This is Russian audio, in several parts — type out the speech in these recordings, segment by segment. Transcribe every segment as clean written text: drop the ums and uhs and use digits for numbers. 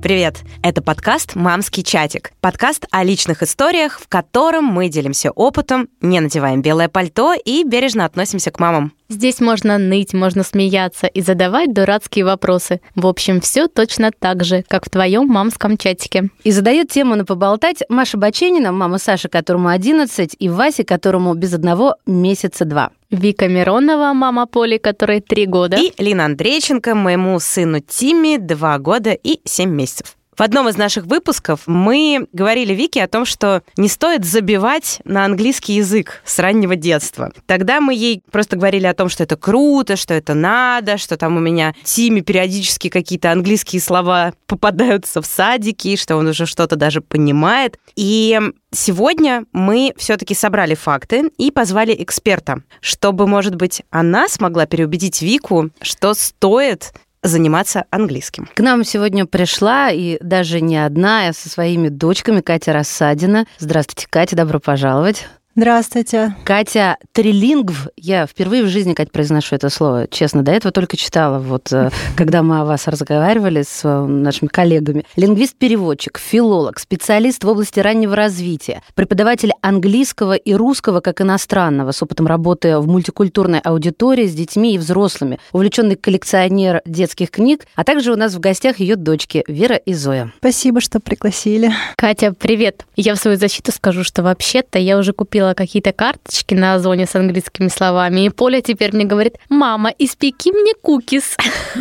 Привет! Это подкаст «Мамский чатик». Подкаст о личных историях, в котором мы делимся опытом, не надеваем белое пальто и бережно относимся к мамам. Здесь можно ныть, можно смеяться и задавать дурацкие вопросы. В общем, все точно так же, как в твоем мамском чатике. И задает тему на поболтать Маша Баченина, мама Саши, которому 11, и Васе, которому без 1 месяца 2. Вика Миронова, мама Поли, которой 3 года. И Лина Андрейченко, моему сыну Тиме 2 года и 7 месяцев. В одном из наших выпусков мы говорили Вике о том, что не стоит забивать на английский язык с раннего детства. Тогда мы ей просто говорили о том, что это круто, что это надо, что там у меня Тиме периодически какие-то английские слова попадаются в садике, что он уже что-то даже понимает. И сегодня мы все-таки собрали факты и позвали эксперта, чтобы, может быть, она смогла переубедить Вику, что стоит заниматься английским. К нам сегодня пришла, и даже не одна, а со своими дочками, Катя Рассадина. Здравствуйте, Катя, добро пожаловать. Здравствуйте. Катя трилингв. Я впервые в жизни, Катя, произношу это слово. Честно, до этого только читала, когда мы о вас разговаривали с нашими коллегами. Лингвист-переводчик, филолог, специалист в области раннего развития, преподаватель английского и русского как иностранного, с опытом работы в мультикультурной аудитории с детьми и взрослыми, увлеченный коллекционер детских книг, а также у нас в гостях ее дочки Вера и Зоя. Спасибо, что пригласили. Катя, привет. Я в свою защиту скажу, что вообще-то я уже купила какие-то карточки на Озоне с английскими словами, и Поля теперь мне говорит: «Мама, испеки мне кукис».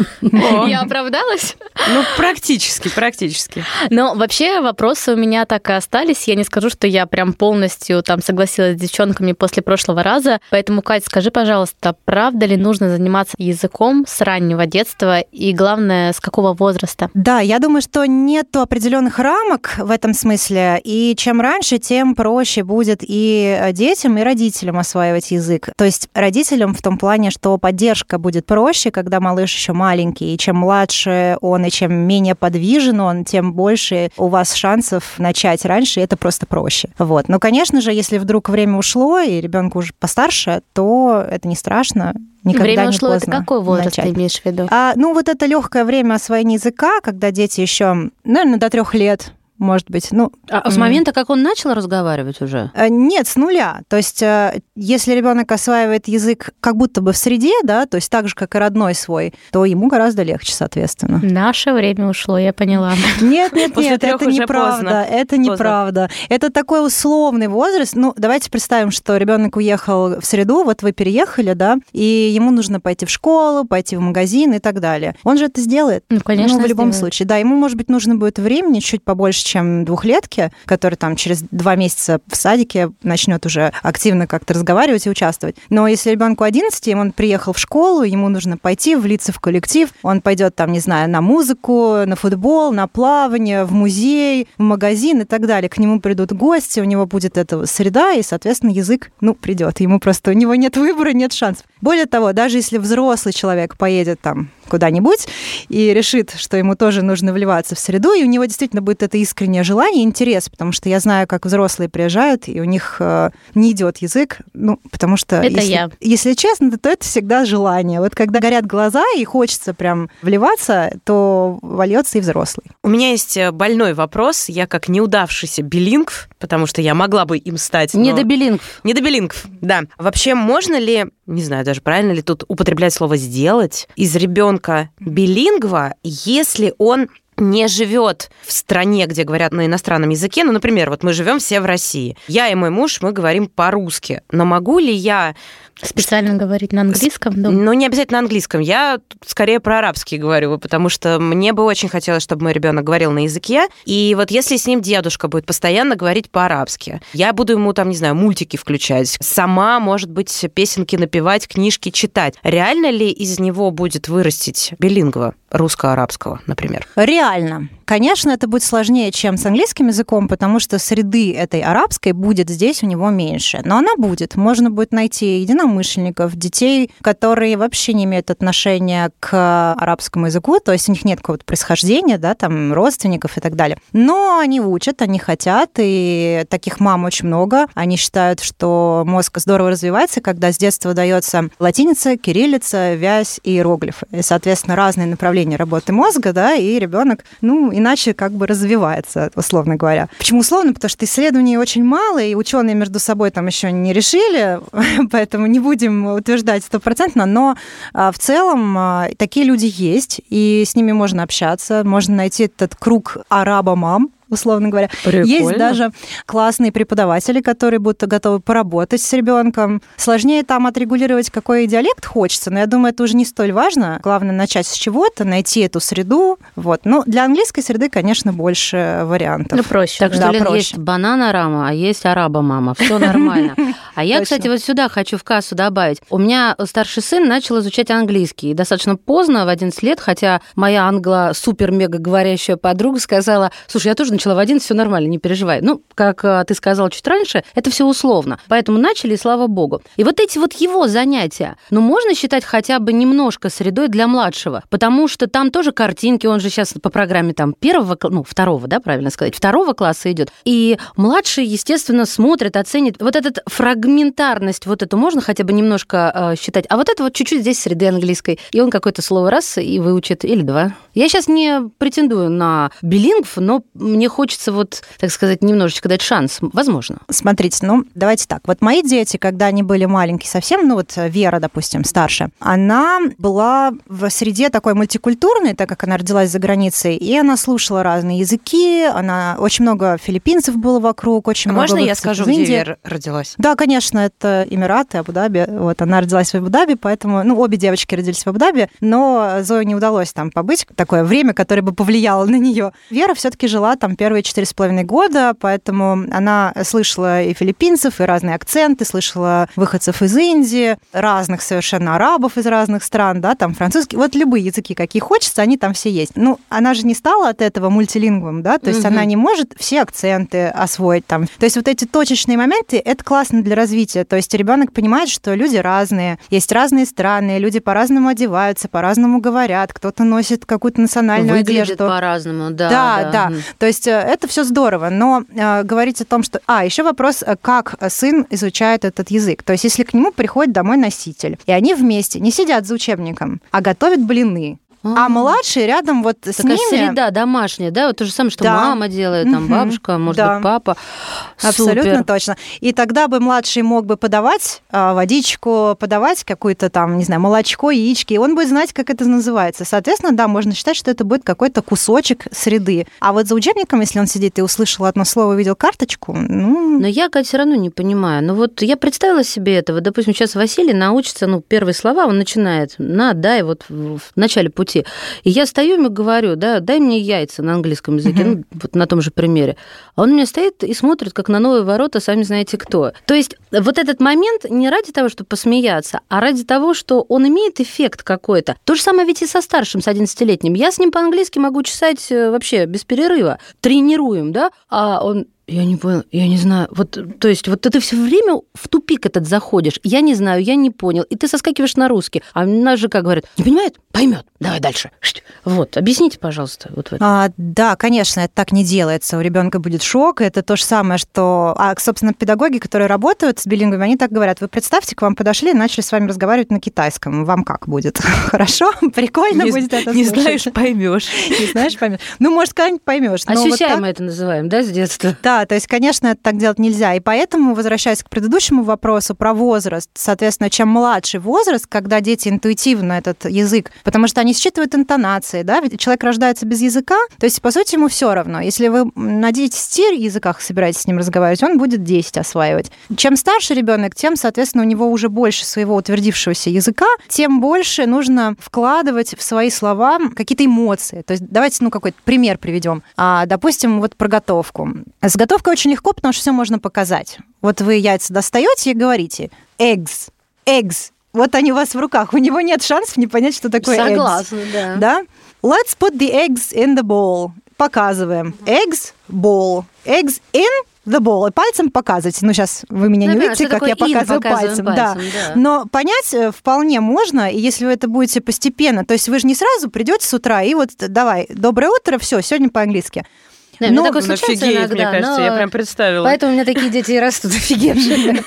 Я оправдалась? Ну, практически. Но вообще вопросы у меня так и остались. Я не скажу, что я прям полностью там согласилась с девчонками после прошлого раза. Поэтому, Кать, скажи, пожалуйста, правда ли нужно заниматься языком с раннего детства и, главное, с какого возраста? Да, я думаю, что нет определенных рамок в этом смысле, и чем раньше, тем проще будет и детям, и родителям осваивать язык. То есть родителям в том плане, что поддержка будет проще, когда малыш еще маленький, и чем младше он, и чем менее подвижен он, тем больше у вас шансов начать раньше, и это просто проще. Вот. Но, конечно же, если вдруг время ушло, и ребенку уже постарше, то это не страшно. Никогда время не ушло, поздно это какой возраст начать. ты имеешь в виду? Вот это легкое время освоения языка, когда дети еще, наверное, до 3 лет, может быть. С момента, как он начал разговаривать уже? Нет, с нуля. То есть, если ребенок осваивает язык как будто бы в среде, да, то есть так же, как и родной свой, то ему гораздо легче, соответственно. Наше время ушло, я поняла. Нет, После 3 это уже неправда. поздно. Это неправда. Это такой условный возраст. Давайте представим, что ребенок уехал в среду, вот вы переехали, да, и ему нужно пойти в школу, пойти в магазин и так далее. Он же это сделает. Конечно, в любом сделает. случае. Да, ему, может быть, нужно будет времени чуть побольше, чем 2-летке, который там через 2 месяца в садике начнет уже активно как-то разговаривать и участвовать. Но если ребенку 11, он приехал в школу, ему нужно пойти, влиться в коллектив, он пойдет там, не знаю, на музыку, на футбол, на плавание, в музей, в магазин и так далее. К нему придут гости, у него будет эта среда, и, соответственно, язык, придет. Ему просто, у него нет выбора, нет шансов. Более того, даже если взрослый человек поедет там куда-нибудь и решит, что ему тоже нужно вливаться в среду, и у него действительно будет это искреннее желание и интерес, потому что я знаю, как взрослые приезжают, и у них не идет язык, потому что, если честно, то это всегда желание. Вот когда горят глаза и хочется прям вливаться, то вольется и взрослый. У меня есть больной вопрос. Я как неудавшийся билингв, потому что я могла бы им стать. Недобилингв, да. Вообще, можно ли, не знаю даже, правильно ли тут употреблять слово «сделать» из ребенка билингва, если он не живет в стране, где говорят на иностранном языке. Например, вот мы живем все в России. Я и мой муж, мы говорим по-русски. Но могу ли я специально говорить на английском? Не обязательно на английском. Я скорее про арабский говорю, потому что мне бы очень хотелось, чтобы мой ребенок говорил на языке. И вот если с ним дедушка будет постоянно говорить по-арабски, я буду ему там, не знаю, мультики включать, сама, может быть, песенки напевать, книжки читать. Реально ли из него будет вырастить билингва русско-арабского, например? Реально. Конечно, это будет сложнее, чем с английским языком, потому что среды этой арабской будет здесь у него меньше. Но она будет. Можно будет найти единомышленников, единомышленников, детей, которые вообще не имеют отношения к арабскому языку, то есть у них нет какого-то происхождения, да, там, родственников и так далее. Но они учат, они хотят, и таких мам очень много. Они считают, что мозг здорово развивается, когда с детства дается латиница, кириллица, вязь и иероглифы. И, соответственно, разные направления работы мозга, да, и ребенок, иначе как бы развивается, условно говоря. Почему условно? Потому что исследований очень мало, и ученые между собой там еще не решили, поэтому не будем утверждать 100%, но в целом такие люди есть, и с ними можно общаться, можно найти этот круг араба-мам, условно говоря. Прикольно. Есть даже классные преподаватели, которые будут готовы поработать с ребенком. Сложнее там отрегулировать, какой диалект хочется, но я думаю, это уже не столь важно. Главное начать с чего-то, найти эту среду. Вот. Но для английской среды, конечно, больше вариантов. Проще. Так что, Да, Лен, проще. есть банана-рама, а есть араба-мама. Все нормально. А я, кстати, вот сюда хочу в кассу добавить. У меня старший сын начал изучать английский. И достаточно поздно, в 11 лет, хотя моя супер-мега говорящая подруга сказала: слушай, я тоже начала в 11, все нормально, не переживай. Как ты сказал чуть раньше, это все условно. Поэтому начали, и слава богу. И вот эти вот его занятия, можно считать хотя бы немножко средой для младшего, потому что там тоже картинки, он же сейчас по программе там второго, да, правильно сказать, второго класса идет. И младший, естественно, смотрит, оценит. Вот эта фрагментарность, вот эту можно хотя бы немножко считать, а вот это вот чуть-чуть здесь среды английской. И он какое-то слово раз и выучит, или два. Я сейчас не претендую на билингв, но мне хочется так сказать, немножечко дать шанс. Возможно. Смотрите, давайте так. Вот мои дети, когда они были маленькие совсем, Вера, допустим, старшая, она была в среде такой мультикультурной, так как она родилась за границей, и она слушала разные языки, очень много филиппинцев было вокруг, очень много Можно я выходцев скажу, из где Индии. Вера родилась? Да, конечно, это Эмираты, Абу-Даби. Вот, она родилась в Абу-Даби, поэтому, обе девочки родились в Абу-Даби, но Зое не удалось там побыть, такое время, которое бы повлияло на нее. Вера все-таки жила там первые 4,5 года, поэтому она слышала и филиппинцев, и разные акценты, слышала выходцев из Индии, разных совершенно арабов из разных стран, да, там французский, вот любые языки, какие хочется, они там все есть. Она же не стала от этого мультилингвом, да, то есть она не может все акценты освоить там. То есть вот эти точечные моменты, это классно для развития, то есть ребенок понимает, что люди разные, есть разные страны, люди по-разному одеваются, по-разному говорят, кто-то носит какую-то национальную Выглядит одежду. по-разному, да. Да. То есть это все здорово, но говорить о том, что... еще вопрос, как сын изучает этот язык. То есть если к нему приходит домой носитель, и они вместе не сидят за учебником, а готовят блины, а младший рядом вот с такая ними... среда домашняя, да? Вот то же самое, что Да. мама делает, там бабушка, может быть, папа. Абсолютно Супер. точно. И тогда бы младший мог бы подавать водичку, подавать какую-то там, не знаю, молочко, яички, и он будет знать, как это называется. Соответственно, да, можно считать, что это будет какой-то кусочек среды. А вот за учебником, если он сидит и услышал одно слово, увидел карточку, Но я, Катя, все равно не понимаю. Я представила себе этого. Допустим, сейчас Василий научится, первые слова он начинает на, да, и вот в начале пути. И я стою ему говорю, да, дай мне яйца на английском языке, вот на том же примере. А он у меня стоит и смотрит, как на новые ворота, сами знаете кто. То есть вот этот момент не ради того, чтобы посмеяться, а ради того, что он имеет эффект какой-то. То же самое ведь и со старшим, с 11-летним. Я с ним по-английски могу чесать вообще без перерыва. Тренируем, да, а он... Я не понял, я не знаю. То есть ты все время в тупик этот заходишь. Я не знаю, я не понял. И ты соскакиваешь на русский. А нас же как говорят, не понимает? Поймет. Давай дальше. Объясните, пожалуйста. Да, конечно, это так не делается. У ребенка будет шок. Это то же самое, что... собственно, педагоги, которые работают с билингвами, они так говорят. Вы представьте, к вам подошли и начали с вами разговаривать на китайском. Вам как будет? Хорошо? Прикольно будет это Не слушать? знаешь, поймешь. Не знаешь, поймешь. Может, когда-нибудь поймешь. Ощущаем мы это называем, да, с детства? Да, то есть, конечно, это так делать нельзя. И поэтому, возвращаясь к предыдущему вопросу про возраст, соответственно, чем младший возраст, когда дети интуитивно этот язык, потому что они считывают интонации, да, ведь человек рождается без языка, то есть, по сути, ему все равно. Если вы на 10 языках собираетесь с ним разговаривать, он будет 10 осваивать. Чем старше ребенок, тем, соответственно, у него уже больше своего утвердившегося языка, тем больше нужно вкладывать в свои слова какие-то эмоции. То есть, давайте, какой-то пример приведем. Допустим, про готовку. С готовкой очень легко, потому что все можно показать. Вот вы яйца достаете и говорите eggs. Вот они у вас в руках. У него нет шансов не понять, что такое eggs. Согласна, да. Да? Let's put the eggs in the bowl. Показываем. Eggs, bowl. eggs in the bowl. И пальцем показывать. Ну, сейчас вы меня не видите, как я показываю пальцем. Да. Но понять вполне можно, и если вы это будете постепенно, то есть вы же не сразу придете с утра и вот давай, доброе утро, все, сегодня по-английски. Да, мне такое случается иногда, мне кажется, я прям представила. Поэтому у меня такие дети и растут офигевшие.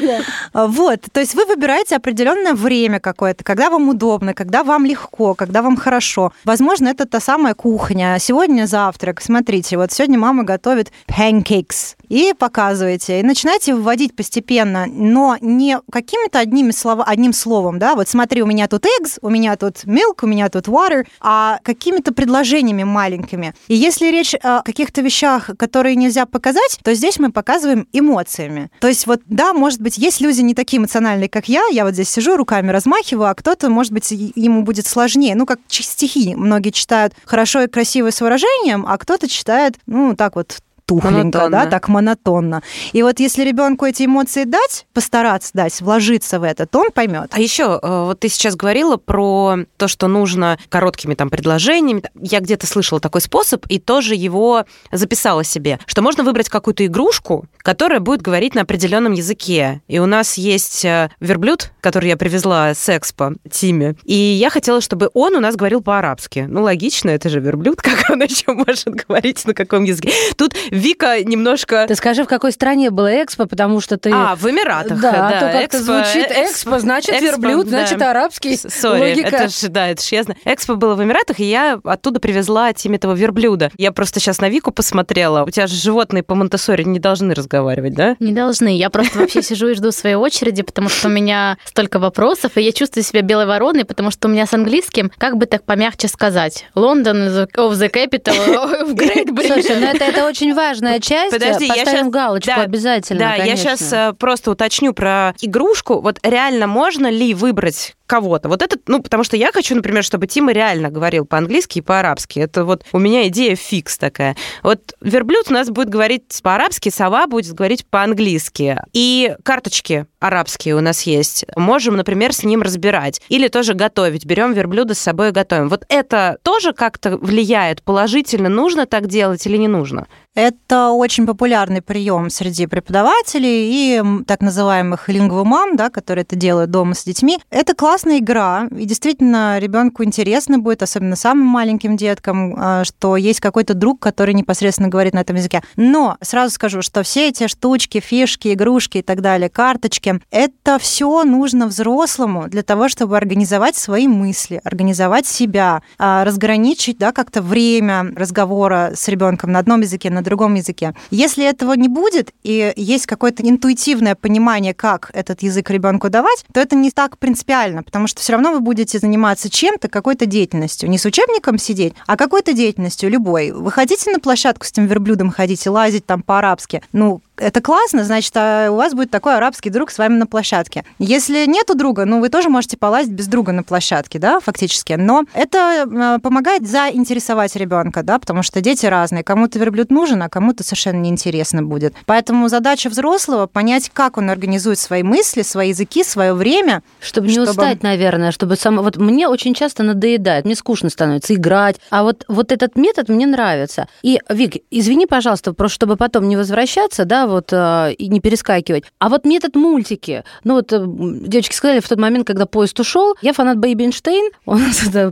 Вот, то есть вы выбираете определенное время какое-то, когда вам удобно, когда вам легко, когда вам хорошо. Возможно, это та самая кухня. Сегодня завтрак. Смотрите, вот сегодня мама готовит pancakes. И показываете, и начинаете вводить постепенно, но не какими-то одним словом, да, вот смотри, у меня тут eggs, у меня тут milk, у меня тут water, а какими-то предложениями маленькими. И если речь о каких-то вещах, которые нельзя показать, то здесь мы показываем эмоциями. То есть вот, да, может быть, есть люди не такие эмоциональные, как я вот здесь сижу, руками размахиваю, а кто-то, может быть, ему будет сложнее. Ну, как стихи многие читают хорошо и красиво с выражением, а кто-то читает, ну, так вот, тухленько, да, так монотонно. И вот если ребенку эти эмоции дать, постараться дать, вложиться в это, то он поймет. А еще вот ты сейчас говорила про то, что нужно короткими там предложениями. Я где-то слышала такой способ и тоже его записала себе, что можно выбрать какую-то игрушку, которая будет говорить на определенном языке. И у нас есть верблюд, который я привезла с Экспо Тиме, и я хотела, чтобы он у нас говорил по-арабски. Ну, логично, это же верблюд, как он еще может говорить, на каком языке. Тут Вика немножко... Ты скажи, в какой стране было Экспо, потому что ты... в Эмиратах. Да, а то как-то звучит Экспо, значит верблюд, значит арабский. Сори, это же я знаю. Экспо было в Эмиратах, и я оттуда привезла Тиме этого верблюда. Я просто сейчас на Вику посмотрела. У тебя же животные по Монтессори не должны разговаривать, да? Не должны. Я просто вообще сижу и жду своей очереди, потому что у меня столько вопросов, и я чувствую себя белой вороной, потому что у меня с английским, как бы так помягче сказать, London of the capital of Great Britain. Слушай, ну это очень важная часть. Подожди, поставим галочку обязательно, Да, конечно. я сейчас просто уточню про игрушку. Вот реально можно ли выбрать кого-то? Вот это, потому что я хочу, например, чтобы Тима реально говорил по-английски и по-арабски. Это вот у меня идея фикс такая. Вот верблюд у нас будет говорить по-арабски, сова будет говорить по-английски. И карточки арабские у нас есть. Можем, например, с ним разбирать. Или тоже готовить. Берем верблюда с собой и готовим. Вот это тоже как-то влияет положительно? Нужно так делать или не нужно? Это очень популярный прием среди преподавателей и так называемых лингвомам, да, которые это делают дома с детьми. Это классная игра, и действительно ребенку интересно будет, особенно самым маленьким деткам, что есть какой-то друг, который непосредственно говорит на этом языке. Но сразу скажу, что все эти штучки, фишки, игрушки и так далее, карточки, это все нужно взрослому для того, чтобы организовать свои мысли, организовать себя, разграничить, да, как-то время разговора с ребенком на одном языке, на другом языке. Если этого не будет, и есть какое-то интуитивное понимание, как этот язык ребенку давать, то это не так принципиально, потому что все равно вы будете заниматься чем-то, какой-то деятельностью. Не с учебником сидеть, а какой-то деятельностью любой. Вы хотите на площадку с этим верблюдом ходить и лазить там по-арабски? Ну, это классно, значит, у вас будет такой арабский друг с вами на площадке. Если нету друга, вы тоже можете полазить без друга на площадке, да, фактически. Но это помогает заинтересовать ребенка, да, потому что дети разные. Кому-то верблюд нужен, а кому-то совершенно неинтересно будет. Поэтому задача взрослого понять, как он организует свои мысли, свои языки, свое время. Чтобы не устать, наверное, чтобы Вот мне очень часто надоедает, мне скучно становится играть, а вот этот метод мне нравится. И, Вик, извини, пожалуйста, просто чтобы потом не возвращаться, да, и не перескакивать. А вот метод мультики. Девочки сказали в тот момент, когда поезд ушел, я фанат Бэйби Эйнштейн, он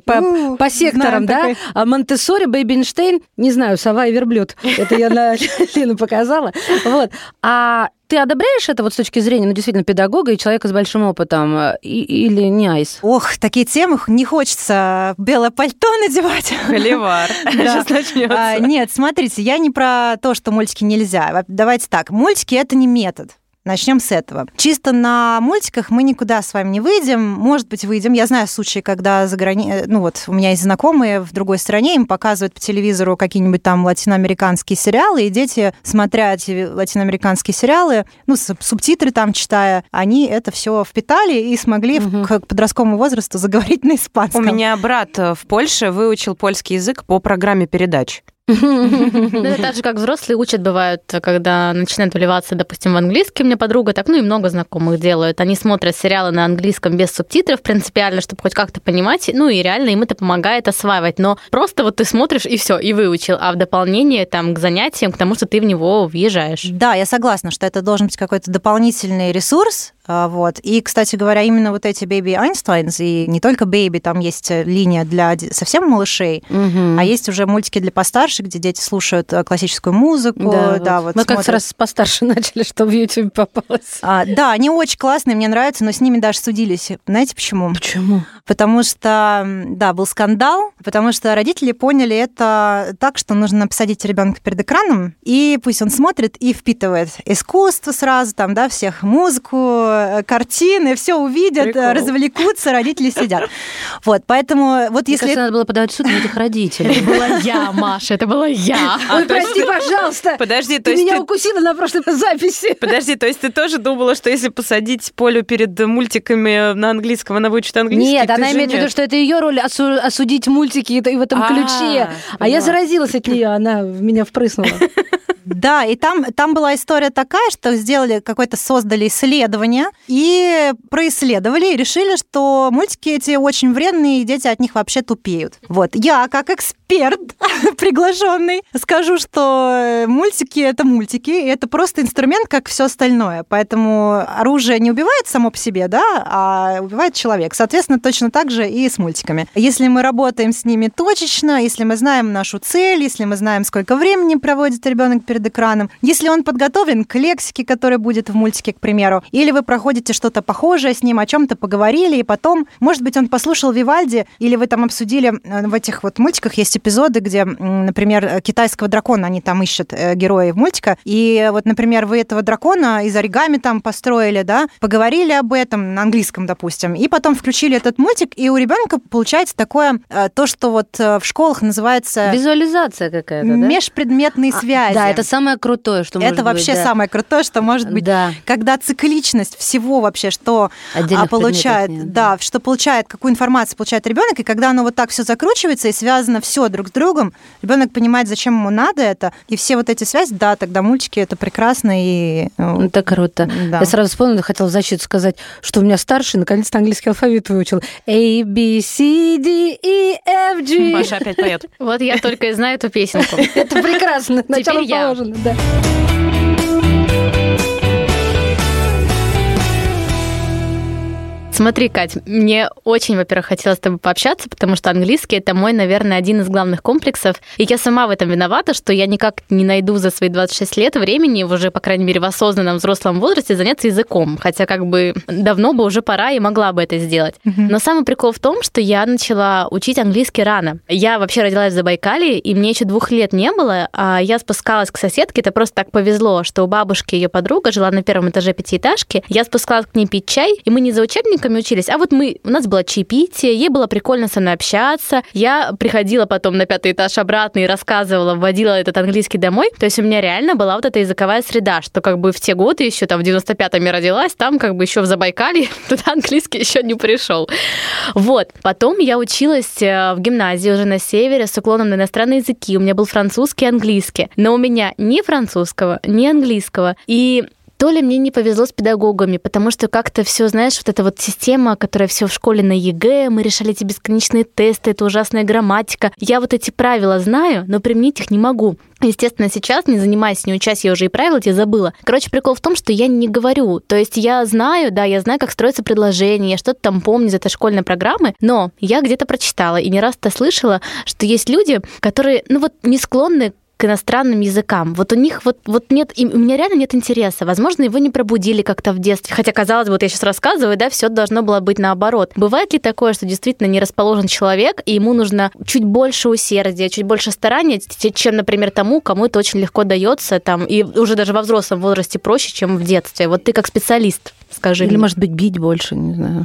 по секторам, да, а Монтессори, Бэйби Эйнштейн, не знаю, сова и верблюд. Это я на Лину показала. Вот. А ты одобряешь это с точки зрения, действительно, педагога и человека с большим опытом, или не айс? Ох, такие темы не хочется белое пальто надевать. Холивар. Сейчас начнется. Нет, смотрите, я не про то, что мультики нельзя. Давайте так, мультики — это не метод. Начнем с этого. Чисто на мультиках мы никуда с вами не выйдем. Может быть, выйдем. Я знаю случаи, когда у меня есть знакомые в другой стране, им показывают по телевизору какие-нибудь там латиноамериканские сериалы, и дети, смотря эти латиноамериканские сериалы, субтитры там читая, они это все впитали и смогли к подростковому возрасту заговорить на испанском. У меня брат в Польше выучил польский язык по программе передач. Это так же, как взрослые учат, бывают, когда начинают вливаться, допустим, в английский. У меня подруга так, и много знакомых делают. Они смотрят сериалы на английском без субтитров принципиально, чтобы хоть как-то понимать, и реально им это помогает осваивать. Но просто вот ты смотришь, и все, и выучил. А в дополнение там к занятиям, к тому, что ты в него въезжаешь. Да, я согласна, что это должен быть какой-то дополнительный ресурс. Вот. И, кстати говоря, именно вот эти Baby Einsteins, и не только Baby, там есть линия для совсем малышей, а есть уже мультики для постарше, где дети слушают классическую музыку. Да, вот. Мы как раз постарше начали, что в YouTube попалось. Да, они очень классные, мне нравятся, но с ними даже судились. Знаете почему? Почему? Потому что, да, был скандал, потому что родители поняли это так, что нужно посадить ребенка перед экраном, и пусть он смотрит и впитывает искусство сразу, там, да, всех музыку, картины, все увидят, Прикол. Развлекутся, родители сидят. Вот, поэтому вот Мне если... кажется, надо было подавать в суд на этих родителей. Это была я, Маша, это была я. Ой, прости, пожалуйста. Подожди, то Ты есть меня укусила на прошлой записи. Подожди, то есть ты тоже думала, что если посадить Полю перед мультиками на английском, она выучит английский? Нет, она имеет в виду, что это ее роль осудить мультики и в этом ключе. А я заразилась от нее, она в меня впрыснула. Да, и там была история такая, что создали исследование и происследовали, и решили, что мультики эти очень вредные, и дети от них вообще тупеют. Вот. Я, как эксперт приглашенный, скажу, что мультики — это мультики, и это просто инструмент, как все остальное. Поэтому оружие не убивает само по себе, да, а убивает человек. Соответственно, точно так же и с мультиками. Если мы работаем с ними точечно, если мы знаем нашу цель, если мы знаем, сколько времени проводит ребенок перед экраном, если он подготовлен к лексике, которая будет в мультике, к примеру, или вы проходите что-то похожее с ним, о чем-то поговорили, и потом, может быть, он послушал Вивальди, или вы там обсудили, в этих вот мультиках есть эпизоды, где, например, китайского дракона, они там ищут героев мультика, и вот, например, вы этого дракона из оригами там построили, да, поговорили об этом на английском, допустим, и потом включили этот мультик, и у ребенка получается такое, то, что вот в школах называется... Визуализация какая-то, да? Межпредметные связи. Да, это самое крутое, что может быть. Это вообще самое крутое, что может быть. Да. Когда цикличность всего вообще, что получает, нет. что получает, какую информацию получает ребенок, и когда оно вот так все закручивается и связано все друг с другом, ребенок понимает, зачем ему надо это, и все вот эти связи, да, тогда мультики это прекрасно и. Это круто. Да. Я сразу вспомнила, хотела в защиту сказать, что у меня старший наконец-то английский алфавит выучил. A, B, C, D, E, F, G. Маша опять поет. Вот я только и знаю эту песенку. Это прекрасно. Начало я. положено, да. Смотри, Кать, мне очень, во-первых, хотелось с тобой пообщаться, потому что английский — это мой, наверное, один из главных комплексов. И я сама в этом виновата, что я никак не найду за свои 26 лет времени, уже, по крайней мере, в осознанном взрослом возрасте заняться языком. Хотя как бы давно бы уже пора и могла бы это сделать. Но самый прикол в том, что я начала учить английский рано. Я вообще родилась в Забайкалье, и мне еще 2 лет не было, а я спускалась к соседке. Это просто так повезло, что у бабушки ее подруга жила на 1-м этаже 5-этажки. Я спускалась к ней пить чай, и мы не за учебниками учились, а вот у нас было чаепитие, ей было прикольно со мной общаться. Я приходила потом на 5-й этаж обратно и рассказывала, вводила этот английский домой. То есть у меня реально была вот эта языковая среда, что как бы в те годы еще там в 95-м я родилась, там как бы еще в Забайкалье туда английский еще не пришел. Вот. Потом я училась в гимназии уже на севере с уклоном на иностранные языки. У меня был французский и английский. Но у меня ни французского, ни английского. И то ли мне не повезло с педагогами, потому что как-то все, знаешь, вот эта вот система, которая все в школе на ЕГЭ, мы решали эти бесконечные тесты, это ужасная грамматика. Я вот эти правила знаю, но применить их не могу. Естественно, сейчас, не занимаясь, не учась, я уже и правила эти забыла. Короче, прикол в том, что я не говорю. То есть я знаю, как строится предложение, я что-то там помню из этой школьной программы, но я где-то прочитала и не раз-то слышала, что есть люди, которые, не склонны к иностранным языкам. Вот у них нет, у меня реально нет интереса. Возможно, его не пробудили как-то в детстве. Хотя, казалось бы, вот я сейчас рассказываю, да, все должно было быть наоборот. Бывает ли такое, что действительно не расположен человек, и ему нужно чуть больше усердия, чуть больше старания, чем, например, тому, кому это очень легко дается, там, и уже даже во взрослом возрасте проще, чем в детстве? Вот ты как специалист. Скажи Или, мне. может быть, бить больше, не знаю.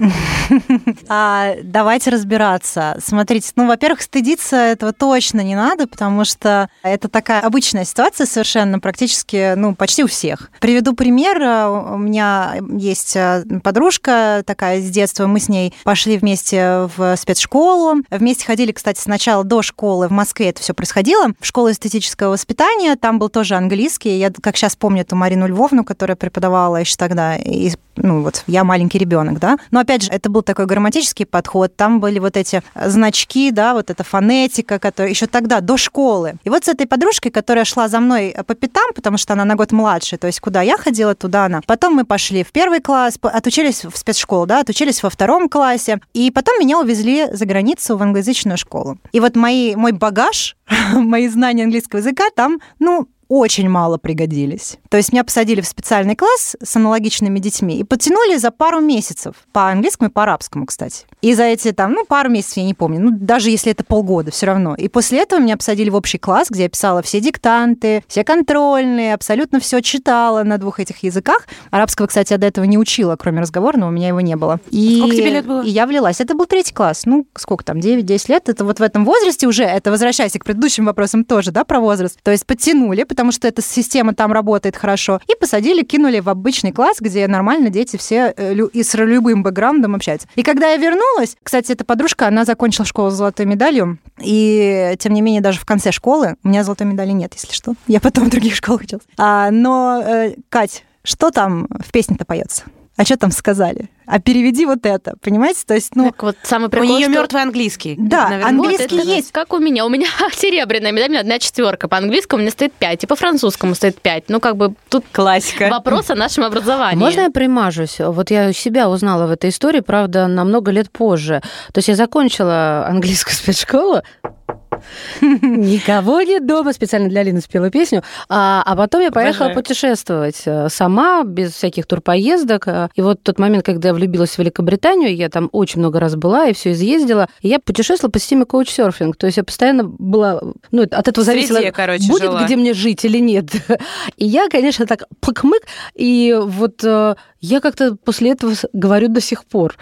Давайте разбираться. Смотрите, во-первых, стыдиться этого точно не надо, потому что это такая обычная ситуация совершенно, практически, почти у всех. Приведу пример. У меня есть подружка такая с детства, мы с ней пошли вместе в спецшколу. Вместе ходили, кстати, сначала до школы, в Москве это все происходило, в школу эстетического воспитания, там был тоже английский. Я, как сейчас помню, эту Марину Львовну, которая преподавала еще тогда, и, я маленький ребенок, да. Но, опять же, это был такой грамматический подход, там были вот эти значки, да, вот эта фонетика, которая еще тогда, до школы. И вот с этой подружкой, которая шла за мной по пятам, потому что она на год младше, то есть куда я ходила, туда она. Потом мы пошли в 1 класс, отучились в спецшколу, да, отучились во 2 классе, и потом меня увезли за границу в англоязычную школу. И вот мой багаж, мои знания английского языка там, очень мало пригодились. То есть меня посадили в специальный класс с аналогичными детьми и подтянули за пару месяцев по английскому и по арабскому, кстати. И за эти пару месяцев, я не помню, даже если это полгода, все равно. И после этого меня посадили в общий класс, где я писала все диктанты, все контрольные, абсолютно все читала на 2 этих языках. Арабского, кстати, я до этого не учила, кроме разговорного, у меня его не было. Сколько тебе лет было? И я влилась. Это был 3 класс. Сколько там, 9-10 лет. Это вот в этом возрасте уже, это возвращаясь к предыдущим вопросам тоже, да, про возраст. То есть подтянули, потому что эта система там работает хорошо, и посадили, кинули в обычный класс, где нормально дети все и с любым бэкграундом общаются. И когда я вернулась, кстати, эта подружка, она закончила школу с золотой медалью, и, тем не менее, даже в конце школы, у меня золотой медали нет, если что, я потом в других школах училась. Кать, что там в песне-то поется? А что там сказали? А переведи вот это, понимаете? То есть, Так вот, самый прикол, у нее что... мертвый английский. Да, наверное. английский вот это есть. Как у меня серебряная медаль, у меня 1 4. По английскому у меня стоит 5, и по французскому стоит 5. Тут классика. Вопрос о нашем образовании. Можно я примажусь? Вот я себя узнала в этой истории, правда, на много лет позже. То есть я закончила английскую спецшколу, никого нет дома, специально для Алины спела песню, а потом я поехала путешествовать сама, без всяких турпоездок. И вот тот момент, когда я влюбилась в Великобританию, я там очень много раз была и все изъездила, и я путешествовала по системе коучсерфинг. То есть я постоянно была... от этого зависело, будет жила. Где мне жить или нет. И я, конечно, так пык-мык, и вот я как-то после этого говорю до сих пор.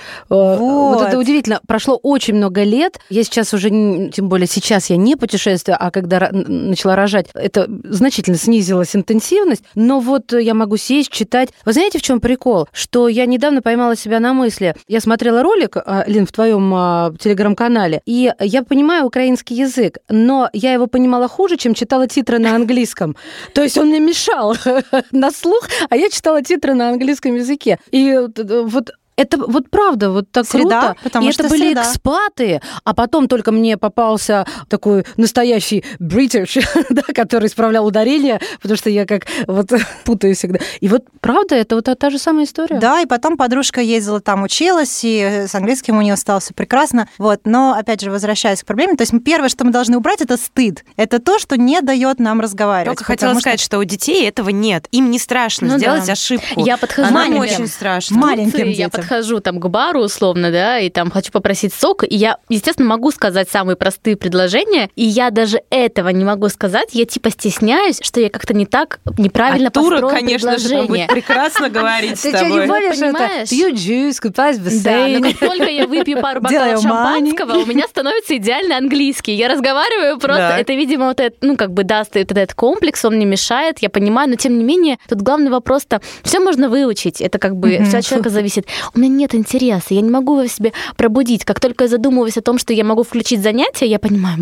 Вот это удивительно. Прошло очень много лет. Я сейчас уже, тем более сейчас я не путешествую, а когда начала рожать, это значительно снизилась интенсивность. Но вот я могу сесть, читать. Вы знаете, в чем прикол? Что я недавно поймала себя на мысли. Я смотрела ролик, Лин, в твоем телеграм-канале, и я понимаю украинский язык, но я его понимала хуже, чем читала титры на английском. То есть он мне мешал на слух, а я читала титры на английском языке. И вот это вот правда, вот так среда, круто. И это были экспаты, а потом только мне попался такой настоящий British, да, который исправлял ударение, потому что я как вот путаю всегда. И вот правда, это вот та же самая история. Да, и потом подружка ездила там, училась, и с английским у нее стало все прекрасно. Вот, но, опять же, возвращаясь к проблеме, то есть первое, что мы должны убрать, это стыд. Это то, что не дает нам разговаривать. Только хотела сказать, что у детей этого нет. Им не страшно сделать ошибку. Я подхожу. Нам очень страшно. Маленьким детям. Я подхожу там к бару условно, да, и там хочу попросить сок, и я, естественно, могу сказать самые простые предложения, и я даже этого не могу сказать, я типа стесняюсь, что я как-то неправильно построила конечно предложение. же, будет прекрасно говорить с тобой. Ты что, не помнишь, понимаешь? Пью джус, купаюсь в бассейне. Да, но как только я выпью пару бокалов шампанского, у меня становится идеальный английский. Я разговариваю просто, это, видимо, вот это, даст этот комплекс, он мне мешает, я понимаю, но тем не менее, тут главный вопрос-то, все можно выучить, это все от человека зависит. У меня нет интереса, я не могу его в себе пробудить. Как только я задумываюсь о том, что я могу включить занятия, я понимаю,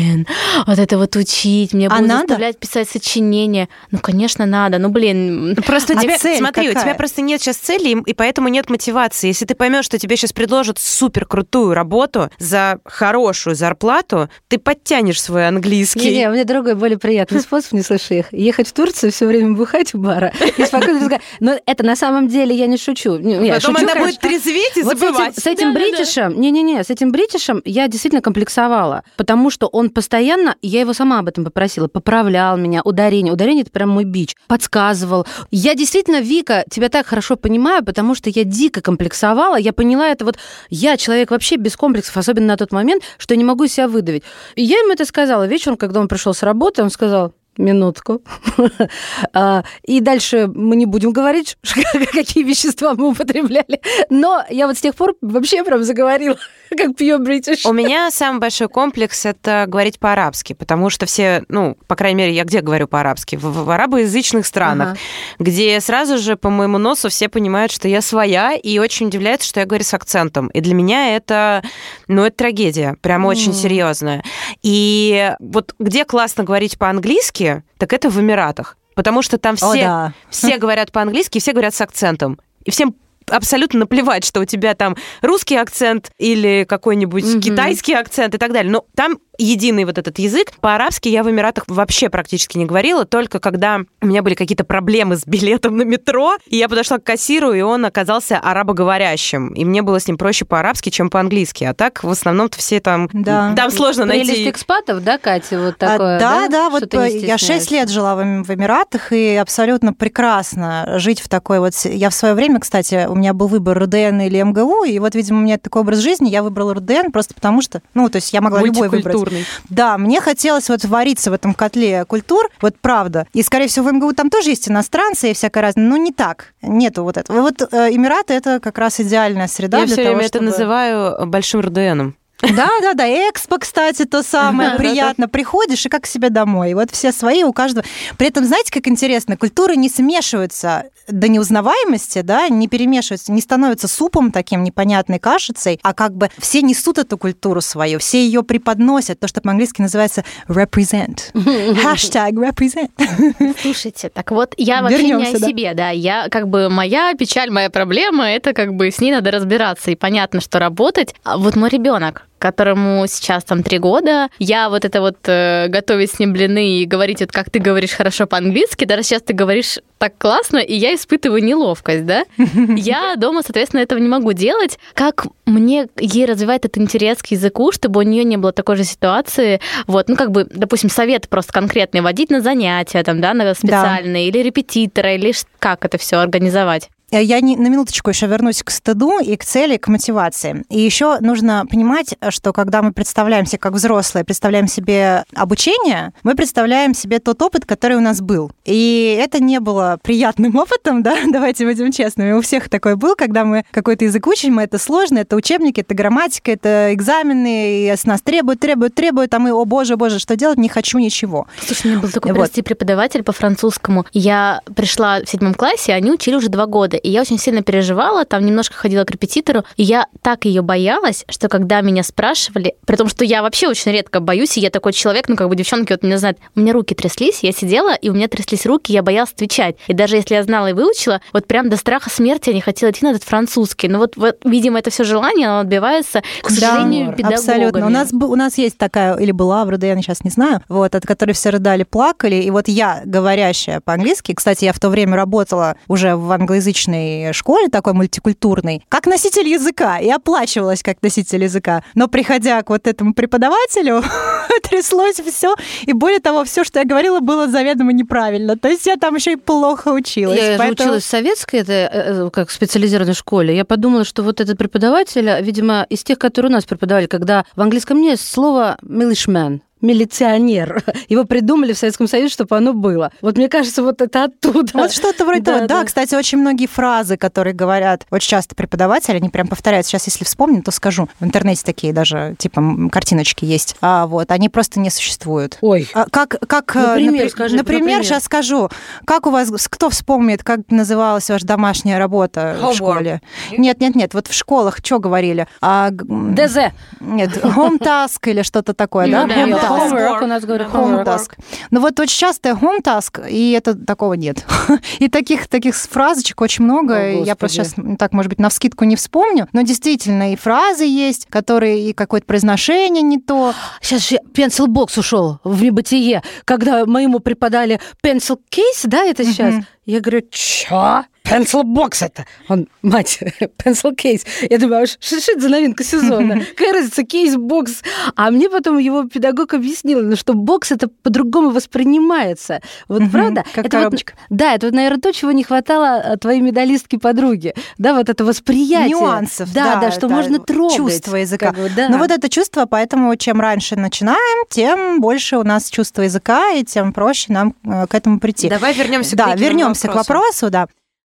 вот это вот учить, мне будут заставлять писать сочинения. Конечно, надо, Просто смотри, какая? У тебя просто нет сейчас цели, и поэтому нет мотивации. Если ты поймешь, что тебе сейчас предложат супер крутую работу за хорошую зарплату, ты подтянешь свой английский. Не, у меня другой, более приятный способ, не слышу их. Ехать в Турцию, все время бухать у бара и спокойно разговаривать. Но это на самом деле я не шучу. Потом она будет трезветь и забывать. С этим бритишем, с этим бритишем я действительно комплексовала, потому что он постоянно, я его сама об этом попросила, поправлял меня, ударение. Ударение — это прям мой бич. Подсказывал. Я действительно, Вика, тебя так хорошо понимаю, потому что я дико комплексовала. Я поняла это я человек вообще без комплексов, особенно на тот момент, что не могу из себя выдавить. И я ему это сказала. Вечером, когда он пришел с работы, он сказал: Минутку. И дальше мы не будем говорить, какие вещества мы употребляли. Но я вот с тех пор вообще прям заговорила, как pure British. У меня самый большой комплекс — это говорить по-арабски, потому что все, по крайней мере, я где говорю по-арабски? В арабоязычных странах, где сразу же по моему носу все понимают, что я своя, и очень удивляются, что я говорю с акцентом. И для меня это, это трагедия, прямо очень серьезная. И вот где классно говорить по-английски, так это в Эмиратах, потому что там все говорят по-английски, все говорят с акцентом. И всем абсолютно наплевать, что у тебя там русский акцент или какой-нибудь китайский акцент и так далее. Но там единый вот этот язык. По-арабски я в Эмиратах вообще практически не говорила, только когда у меня были какие-то проблемы с билетом на метро, и я подошла к кассиру, и он оказался арабоговорящим. И мне было с ним проще по-арабски, чем по-английски. А так, в основном-то все там... Да. Там сложно найти... Прелесть экспатов, да, Катя? Вот такое, да, вот я 6 лет жила в Эмиратах, и абсолютно прекрасно жить в такой вот... Я в свое время, кстати, у меня был выбор РУДН или МГУ, и вот, видимо, у меня такой образ жизни, я выбрала РУДН просто потому что... то есть я могла любой выбрать. Да, мне хотелось вот вариться в этом котле культур, вот правда. И, скорее всего, в МГУ там тоже есть иностранцы и всякое разное, но не так. Нету вот этого. Вот Эмираты — это как раз идеальная среда я для все того, время чтобы... это называю большим РУДНом. Да, Экспо, кстати, то самое, приятно. Приходишь и как к себе домой. И вот все свои у каждого. При этом, знаете, как интересно, культуры не смешиваются до неузнаваемости, да, не перемешиваются, не становятся супом таким непонятной кашицей, а как бы все несут эту культуру свою, все ее преподносят, то, что по-английски называется represent. Hashtag represent. Слушайте, так вот, я вообще не о себе, да, я как бы моя печаль, моя проблема, это как бы с ней надо разбираться, и понятно, что работать. А вот мой ребенок, которому сейчас там 3 года, я вот это вот готовить с ним блины и говорить, вот как ты говоришь хорошо по-английски, даже сейчас ты говоришь так классно, и я испытываю неловкость, да? Я дома, соответственно, этого не могу делать. Как мне ей развивать этот интерес к языку, чтобы у нее не было такой же ситуации? Вот, допустим, совет просто конкретный, водить на занятия, там, да, на специальные, или репетитора, или как это все организовать? Я на минуточку еще вернусь к стыду и к цели, к мотивации. И еще нужно понимать, что когда мы представляемся как взрослые, представляем себе обучение, мы представляем себе тот опыт, который у нас был. И это не было приятным опытом, да, давайте будем честными. У всех такой был, когда мы какой-то язык учим, это сложно, это учебники, это грамматика, это экзамены, и с нас требуют, а мы, о боже, что делать, не хочу ничего. Слушай, у меня был такой, прости, преподаватель по французскому. Я пришла в 7 классе, они учили уже 2 года. И я очень сильно переживала, там немножко ходила к репетитору, и я так ее боялась, что когда меня спрашивали, при том, что я вообще очень редко боюсь, и я такой человек, девчонки вот меня знают, у меня руки тряслись, я сидела, и у меня тряслись руки, я боялась отвечать. И даже если я знала и выучила, вот прям до страха смерти я не хотела идти на этот французский. Но вот видимо, это все желание, оно отбивается, к сожалению, педагогами. Абсолютно. У нас есть такая, или была в РУДН, я сейчас не знаю, вот, от которой все рыдали, плакали, и вот я, говорящая по-английски, кстати, я в то время работала уже в англоязычной школе, такой мультикультурной, как носитель языка, и оплачивалась как носитель языка. Но приходя к вот этому преподавателю, тряслось все, и более того, все, что я говорила, было заведомо неправильно. То есть я там еще и плохо училась. Я же училась в советской, это как специализированной школе. Я подумала, что вот этот преподаватель, видимо, из тех, которые у нас преподавали, когда в английском есть слово «milishman», милиционер. Его придумали в Советском Союзе, чтобы оно было. Вот мне кажется, вот это оттуда. Вот что-то вроде того. Да, кстати, очень многие фразы, которые говорят очень часто преподаватели, они прям повторяют. Сейчас, если вспомню, то скажу. В интернете такие даже, типа, картиночки есть. Вот, они просто не существуют. Ой. Например, сейчас скажу. Как у вас, кто вспомнит, как называлась ваша домашняя работа в школе? Нет. Вот в школах что говорили? ДЗ. Нет, home task или что-то такое, да? Homework у нас говорят. Home task. Ну вот очень часто home task, и это такого нет. И таких фразочек очень много. Я просто сейчас так, может быть, навскидку не вспомню, но действительно и фразы есть, которые и какое-то произношение не то. Сейчас же pencil box ушел в небытие, когда мы ему преподали pencil case, да, это сейчас. Я говорю, чё? pencil box это. Он, мать, pencil case. Я думаю, что это за новинка сезона? Какая разница, кейс-бокс? А мне потом его педагог объяснил, что бокс это по-другому воспринимается. Вот правда? Как это коробочка. Вот, да, это вот, наверное, то, чего не хватало твоей медалистке-подруге. Да, вот это восприятие. Нюансов. Да, что можно трогать. Чувство языка. Как бы, да. Но вот это чувство, поэтому чем раньше начинаем, тем больше у нас чувство языка, и тем проще нам к этому прийти. Давай вернемся к вернемся к вопросу, да.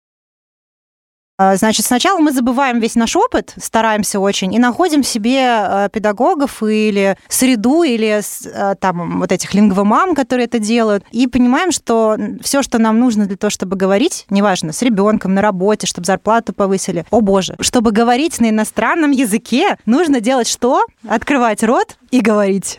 Значит, сначала мы забываем весь наш опыт, стараемся очень, и находим себе педагогов или среду, или там вот этих лингвомам, которые это делают, и понимаем, что все, что нам нужно для того, чтобы говорить, неважно, с ребенком, на работе, чтобы зарплату повысили, о боже, чтобы говорить на иностранном языке, нужно делать что? Открывать рот и говорить.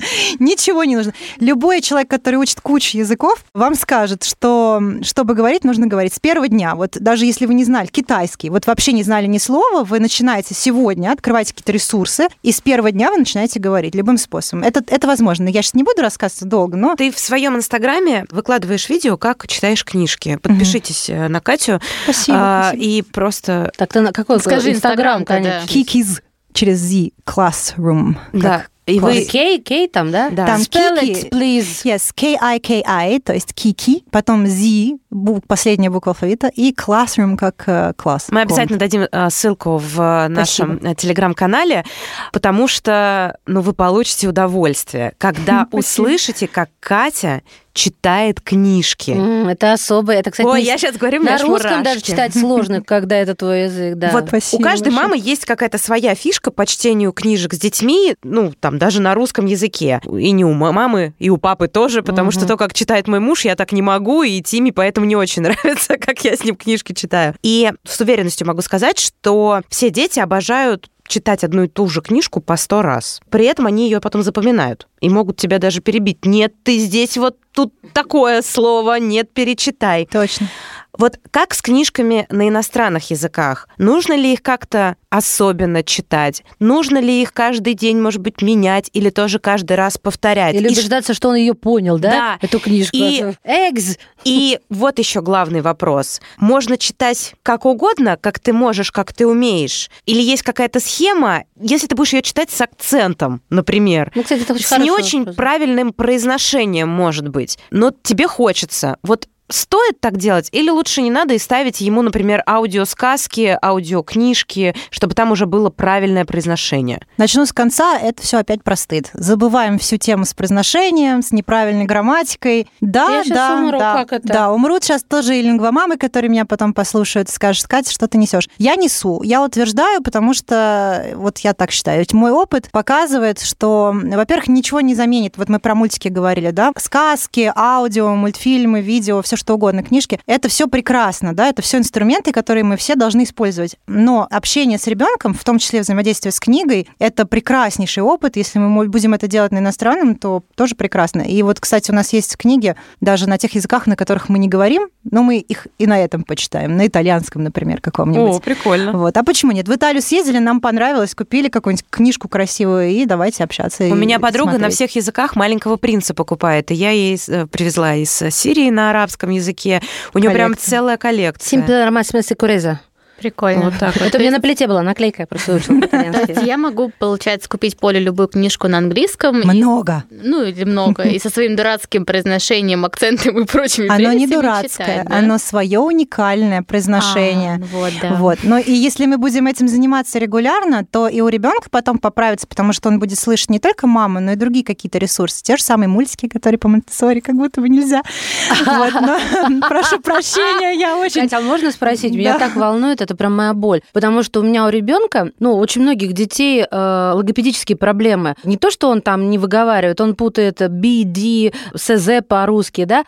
Ничего не нужно. Любой человек, который учит кучу языков, вам скажет, что чтобы говорить, нужно говорить с первого дня. Вот даже если вы не знали китайский, вот вообще не знали ни слова, вы начинаете сегодня, открываете какие-то ресурсы, и с первого дня вы начинаете говорить любым способом. Это возможно. Я сейчас не буду рассказывать долго, но... Ты в своем инстаграме выкладываешь видео, как читаешь книжки. Подпишитесь на Катю. Спасибо. И просто... Так ты на какой? Скажи инстаграм, конечно. Kiki's через Z Classroom. Да. И вы... Кей там, да? Да. Там Spell Kiki. it, please. Yes, K-I-K-I, то есть Kiki, потом Z, последняя буква алфавита, и Classroom как класс. Мы обязательно дадим ссылку в нашем телеграм-канале, потому что вы получите удовольствие, когда услышите, как Катя читает книжки. Это особое. Это, кстати, Ой, я сейчас говорю, на русском мурашки. даже читать сложно, когда это твой язык, да. Вот у каждой мамы есть какая-то своя фишка по чтению книжек с детьми, там даже на русском языке. И не у мамы, и у папы тоже, потому что то, как читает мой муж, я так не могу, и Тиме поэтому не очень нравится, как я с ним книжки читаю. И с уверенностью могу сказать, что все дети обожают читать одну и ту же книжку по 100 раз. При этом они ее потом запоминают и могут тебя даже перебить. Нет, ты здесь вот тут такое слово, нет, перечитай. Точно. Вот как с книжками на иностранных языках? Нужно ли их как-то особенно читать? Нужно ли их каждый день, может быть, менять или тоже каждый раз повторять? Или убеждаться, что он ее понял, да? Да. Эту книжку. Eggs. И вот еще главный вопрос. Можно читать как угодно, как ты можешь, как ты умеешь? Или есть какая-то схема, если ты будешь ее читать с акцентом, например, Кстати, это очень с не очень вопрос. правильным произношением, может быть, но тебе хочется. Вот стоит так делать или лучше не надо и ставить ему, например, аудиосказки, аудиокнижки, чтобы там уже было правильное произношение? Начну с конца, это все опять про стыд. Забываем всю тему с произношением, с неправильной грамматикой. Да, Я сейчас умру, как это? Да, умрут сейчас тоже и лингвомамы, которые меня потом послушают, скажут: Катя, что ты несешь? Я несу, я утверждаю, потому что вот я так считаю. Ведь мой опыт показывает, что, во-первых, ничего не заменит. Вот мы про мультики говорили, да? Сказки, аудио, мультфильмы, видео, все что угодно, книжки. Это все прекрасно, да? Это все инструменты, которые мы все должны использовать. Но общение с ребенком, в том числе взаимодействие с книгой, это прекраснейший опыт. Если мы будем это делать на иностранном, то тоже прекрасно. И вот, кстати, у нас есть книги даже на тех языках, на которых мы не говорим, но мы их и на этом почитаем, на итальянском, например, каком-нибудь. О, прикольно. Вот. А почему нет? В Италию съездили, нам понравилось, купили какую-нибудь книжку красивую, и давайте общаться. У меня подруга смотреть. на всех языках «Маленького принца» покупает, и я ей привезла из Сирии на арабском языке. У нее прям целая коллекция. Simple Romancement Sicurezza. Прикольно. Вот так вот. Это у меня на плите была наклейка, я просто выучила То по-итальянски. есть я могу, получается, купить Поле любую книжку на английском. Много. Или много. И со своим дурацким произношением, акцентом и прочими Оно не прелестями дурацкое, читать, да? оно свое уникальное произношение. Вот, да. Вот. Но и если мы будем этим заниматься регулярно, то и у ребенка потом поправится, потому что он будет слышать не только маму, но и другие какие-то ресурсы. Те же самые мультики, которые по Монтессори, как будто бы нельзя. Вот, но прошу прощения, я очень... Катя, а можно спросить? Меня Да. так волнует, это прям моя боль. Потому что у меня у ребенка, очень многих детей логопедические проблемы. Не то, что он там не выговаривает, он путает B, D, СЗ по-русски, да,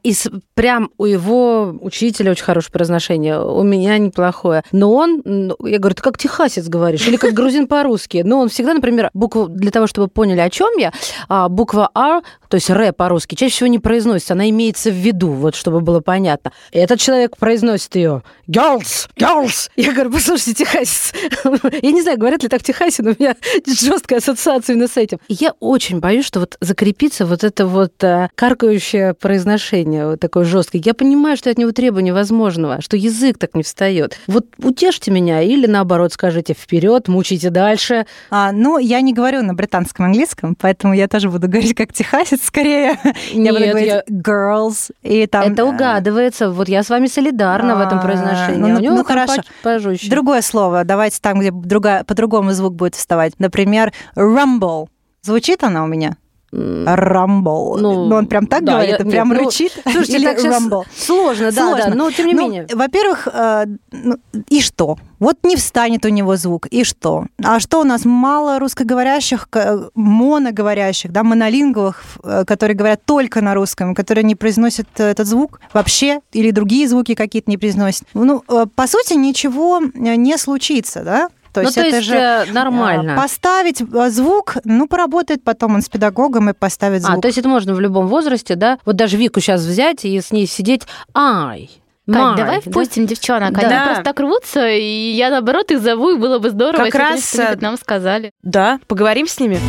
прям у его учителя очень хорошее произношение, у меня неплохое. Но он, я говорю, ты как техасец говоришь, или как грузин по-русски. Но он всегда, например, букву, для того, чтобы поняли, о чем я, буква R, то есть Р по-русски, чаще всего не произносится, она имеется в виду, вот чтобы было понятно. И этот человек произносит ее girls, girls, girls. Я говорю, послушайте, техасец. Я не знаю, говорят ли так в Техасе, но у меня жесткая ассоциация именно с этим. И я очень боюсь, что вот закрепится вот это вот каркающее произношение, вот такое жесткое. Я понимаю, что от него требовать невозможного, что язык так не встает. Вот утешьте меня или, наоборот, скажите вперед, мучайте дальше. Ну, я не говорю на британском английском, поэтому я тоже буду говорить как техасец скорее. Я буду говорить girls. И там, это угадывается. Вот я с вами солидарна в этом произношении. У него хорошо. Пожестче. Другое слово. Давайте там, где по-другому звук будет вставать. Например, rumble. Звучит она у меня? Rumble. Ну, он прям так говорит, прям рычит. Слушайте, или так rumble. Сложно, да, но тем не менее. Во-первых, и что? Вот не встанет у него звук, и что? А что у нас мало русскоговорящих, моноговорящих, да, монолинговых, которые говорят только на русском, которые не произносят этот звук вообще, или другие звуки какие-то не произносят? Ну, по сути, ничего не случится, да? То есть это же нормально. Поставить звук, поработает потом он с педагогом и поставит звук. То есть это можно в любом возрасте, да? Вот даже Вику сейчас взять и с ней сидеть. Кать, давай впустим девчонок. Они просто так рвутся, и я, наоборот, их зову, и было бы здорово, как раз если бы нам сказали. Да, поговорим с ними.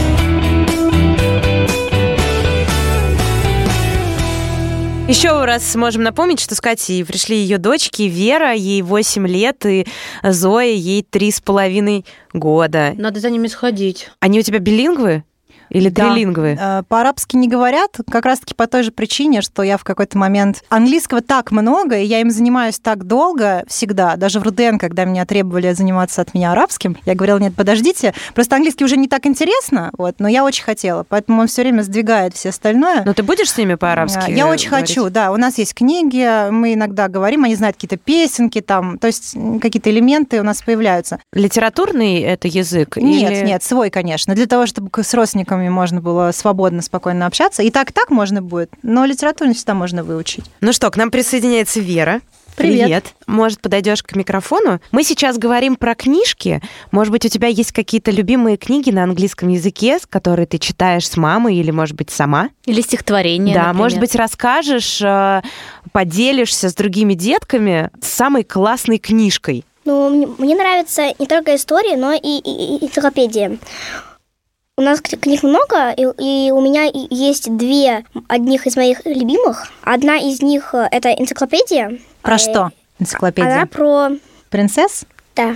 Еще раз можем напомнить, что с Катей пришли ее дочки. Вера, ей 8 лет, и Зоя, ей 3,5 года. Надо за ними сходить. Они у тебя билингвы? Или трилингвы? По-арабски не говорят, как раз-таки по той же причине, что я в какой-то момент... Английского так много, и я им занимаюсь так долго всегда. Даже в РУДН, когда меня требовали заниматься от меня арабским, я говорила, нет, подождите, просто английский уже не так интересно, но я очень хотела, поэтому он все время сдвигает все остальное. Но ты будешь с ними по-арабски Я очень хочу, да. У нас есть книги, мы иногда говорим, они знают какие-то песенки там, то есть какие-то элементы у нас появляются. Литературный это язык? Нет, свой, конечно. Для того, чтобы с родственниками можно было свободно, спокойно общаться. И так можно будет, но литературу всегда можно выучить. Ну что, к нам присоединяется Вера. Привет. Может, подойдешь к микрофону? Мы сейчас говорим про книжки. Может быть, у тебя есть какие-то любимые книги на английском языке, которые ты читаешь с мамой или, может быть, сама? Или стихотворение, Да, например. может быть, расскажешь, поделишься с другими детками самой классной книжкой. Ну, мне нравятся не только истории, но и энциклопедии. У нас книг много, и у меня есть две одних из моих любимых. Одна из них – это энциклопедия. Про что энциклопедия? Она про... Принцесс? Да.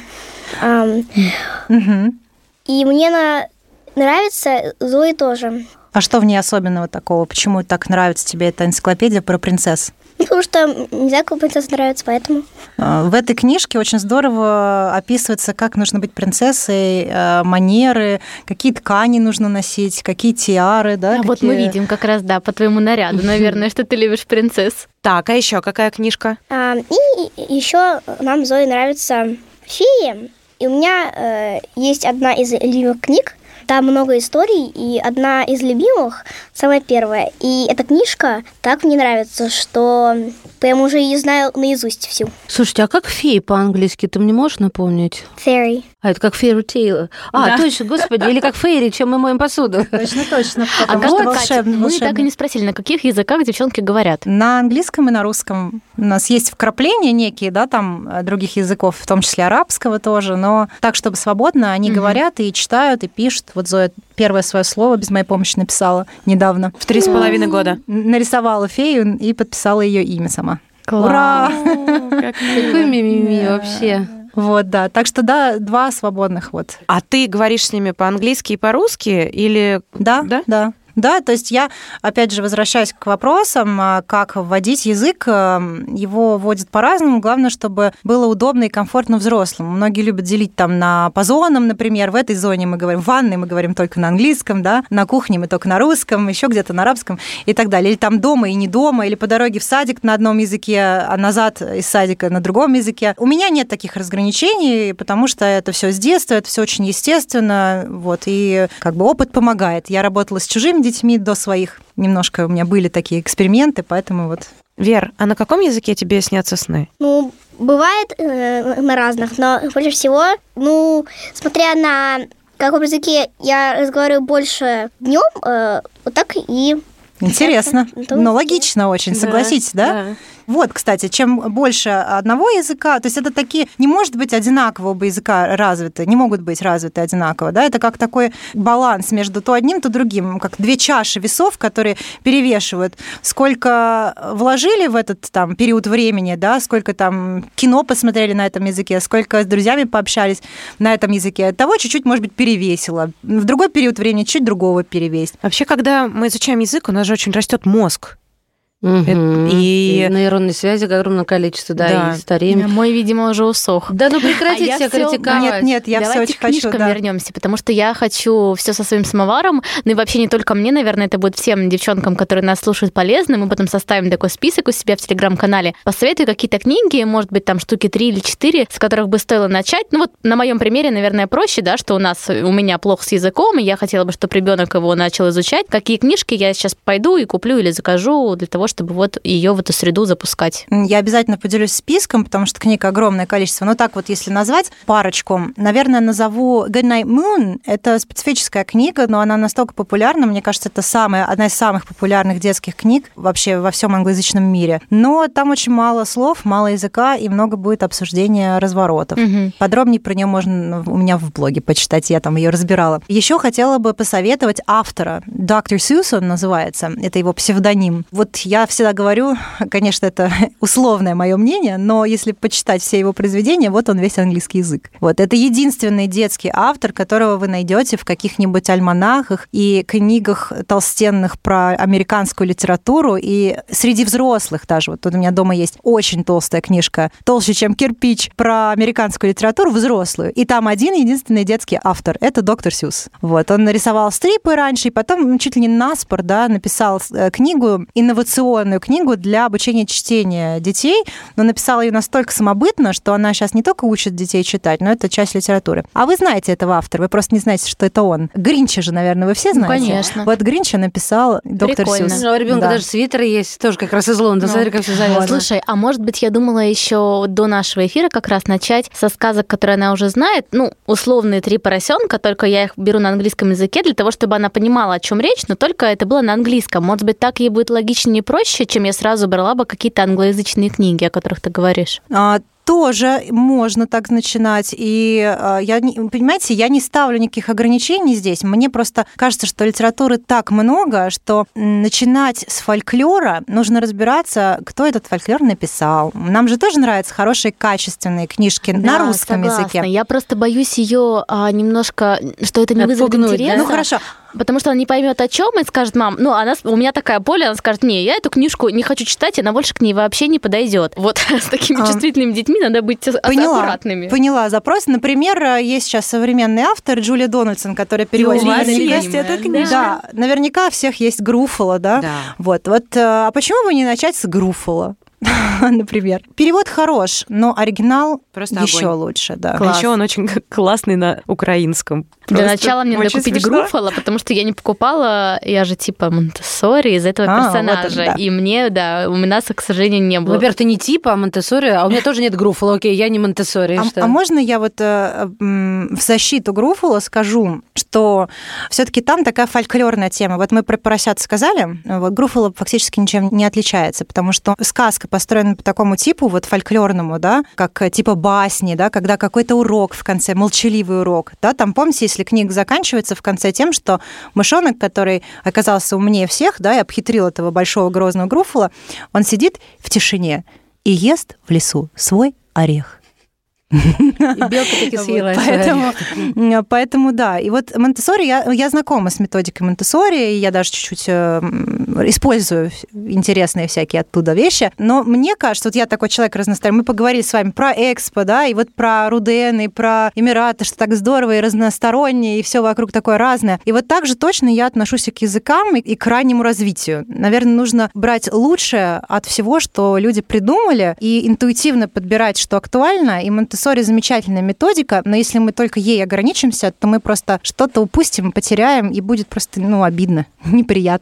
Угу. И мне нравится Зои тоже. А что в ней особенного такого? Почему так нравится тебе эта энциклопедия про принцесс? Потому что не знаю, какая принцесса нравится, поэтому. В этой книжке очень здорово описывается, как нужно быть принцессой, манеры, какие ткани нужно носить, какие тиары, да? Вот мы видим как раз, да, по твоему наряду, наверное, что ты любишь принцесс. Так, а еще какая книжка? И еще нам, Зое, нравятся феи. И у меня есть одна из любимых книг. Там много историй, и одна из любимых, самая первая. И эта книжка так мне нравится, что я уже ее знаю наизусть всю. Слушайте, а как феи по-английски? Ты мне можешь напомнить? Fairy. Это как fairy tale. Да. Точно, господи, или как фейри, чем мы моем посуду. Точно. А как Катя, мы так и не спросили, на каких языках девчонки говорят? На английском и на русском. У нас есть вкрапления некие, да, там других языков, в том числе арабского тоже, но так, чтобы свободно они говорят и читают, и пишут. Вот Зоя первое свое слово без моей помощи написала недавно. В 3,5 года. Нарисовала фею и подписала ее имя сама. Класс. Ура! Какой мимими вообще. Вот, да. Так что, да, 2 свободных вот. А ты говоришь с ними по-английски и по-русски или... Да. Да, то есть я, опять же, возвращаюсь к вопросам, как вводить язык. Его вводят по-разному. Главное, чтобы было удобно и комфортно взрослым. Многие любят делить там по зонам, например. В этой зоне мы говорим, в ванной мы говорим только на английском, да, на кухне мы только на русском, еще где-то на арабском и так далее. Или там дома и не дома, или по дороге в садик на одном языке, а назад из садика на другом языке. У меня нет таких разграничений, потому что это все с детства, это все очень естественно, вот, и как бы опыт помогает. Я работала с чужими детьми до своих. Немножко у меня были такие эксперименты, поэтому вот. Вер, а на каком языке тебе снятся сны? Ну, бывает на разных, но больше всего, смотря на каком языке я разговариваю больше днем, вот так и... Интересно. Логично очень, согласитесь, да? Вот, кстати, чем больше одного языка, то есть это такие, не может быть одинаково оба языка развиты, не могут быть развиты одинаково, да, это как такой баланс между то одним, то другим, как две чаши весов, которые перевешивают. Сколько вложили в этот там период времени, да, сколько там кино посмотрели на этом языке, сколько с друзьями пообщались на этом языке, того чуть-чуть, может быть, перевесило. В другой период времени чуть другого перевесит. Вообще, когда мы изучаем язык, у нас же очень растет мозг. И нейронные связи огромное количество, да, и стареем. Мой, видимо, уже усох. Да, ну прекратите себя критиковать. Нет, я все очень хочу. Давайте к книжкам вернемся, потому что я хочу все со своим самоваром, ну и вообще не только мне, наверное, это будет всем девчонкам, которые нас слушают, полезно. Мы потом составим такой список у себя в Телеграм-канале. Посоветую какие-то книги, может быть, там штуки 3 или 4, с которых бы стоило начать. Ну вот на моем примере, наверное, проще, да, что у меня плохо с языком, и я хотела бы, чтобы ребенок его начал изучать. Какие книжки я сейчас пойду и куплю или закажу для того, чтобы вот ее в эту среду запускать. Я обязательно поделюсь списком, потому что книг огромное количество. Но так вот, если назвать парочку, наверное, назову Goodnight Moon. Это специфическая книга, но она настолько популярна. Мне кажется, это одна из самых популярных детских книг вообще во всем англоязычном мире. Но там очень мало слов, мало языка и много будет обсуждения разворотов. Подробнее про нее можно у меня в блоге почитать, я там ее разбирала. Еще хотела бы посоветовать автора. Доктор Сьюз он называется. Это его псевдоним. Вот я всегда говорю, конечно, это условное мое мнение, но если почитать все его произведения, вот он весь английский язык. Вот это единственный детский автор, которого вы найдете в каких-нибудь альманахах и книгах толстенных про американскую литературу, и среди взрослых даже. Вот тут у меня дома есть очень толстая книжка, толще, чем кирпич, про американскую литературу взрослую. И там один единственный детский автор. Это доктор Сьюз. Вот. Он нарисовал стрипы раньше, и потом чуть ли не наспор, да, написал книгу, инновационную книгу для обучения чтения детей, но написала ее настолько самобытно, что она сейчас не только учит детей читать, но это часть литературы. А вы знаете этого автора, вы просто не знаете, что это он. Гринча же, наверное, вы все знаете? Ну, конечно. Вот Гринча написал доктор Сьюз. У ребенка даже свитер есть, тоже как раз из Лондона. Смотри, как все завязано. Слушай, а может быть, я думала еще до нашего эфира как раз начать со сказок, которые она уже знает, ну, условные 3 поросенка, только я их беру на английском языке для того, чтобы она понимала, о чем речь, но только это было на английском. Может быть, так ей будет логичнее и проще, чем я сразу брала бы какие-то англоязычные книги, о которых ты говоришь. Тоже можно так начинать. И понимаете, я не ставлю никаких ограничений здесь. Мне просто кажется, что литературы так много, что начинать с фольклора нужно разбираться, кто этот фольклор написал. Нам же тоже нравятся хорошие, качественные книжки на русском языке. Я просто боюсь ее немножко, что это не вызовет интереса. Ну хорошо. Потому что она не поймет, о чем, и скажет: мам, у меня такая Поля, она скажет: не, я эту книжку не хочу читать, она больше к ней вообще не подойдет. Вот с такими чувствительными детьми надо быть аккуратными. Поняла запрос. Например, есть сейчас современный автор Джулия Дональдсон, которая переводит. У вас есть эта книга? Да, наверняка у всех есть Груффало, да? Вот. А почему бы не начать с Груффало? Например. Перевод хорош, но оригинал просто еще лучше. Да. А еще он очень классный на украинском. Для начала мне надо купить Груффало, потому что я не покупала, я же типа Монтессори из этого персонажа. Вот это, да. И мне, у нас, к сожалению, не было. Во-первых, ты не типа Монтессори, а у меня тоже нет Груффало. Окей, я не Монтессори. А можно я вот в защиту Груффало скажу, что все-таки там такая фольклорная тема. Вот мы про поросят сказали, вот Груффало фактически ничем не отличается, потому что сказка построена по такому типу, вот фольклорному, да, как типа басни, да, когда какой-то урок в конце, молчаливый урок, да, там, помните, если книга заканчивается в конце тем, что мышонок, который оказался умнее всех, да, и обхитрил этого большого грозного Груффало, он сидит в тишине и ест в лесу свой орех. И белка таки съела. Поэтому да. И вот Монтессори, я знакома с методикой Монтессори, и я даже чуть-чуть использую интересные всякие оттуда вещи. Но мне кажется, вот я такой человек разносторонний, мы поговорили с вами про Экспо, да, и вот про Руден, и про Эмираты, что так здорово и разностороннее, и все вокруг такое разное. И вот так же точно я отношусь и к языкам, и к раннему развитию. Наверное, нужно брать лучшее от всего, что люди придумали, и интуитивно подбирать, что актуально, и Монтессори замечательная методика, но если мы только ей ограничимся, то мы просто что-то упустим, потеряем, и будет просто, обидно, неприятно.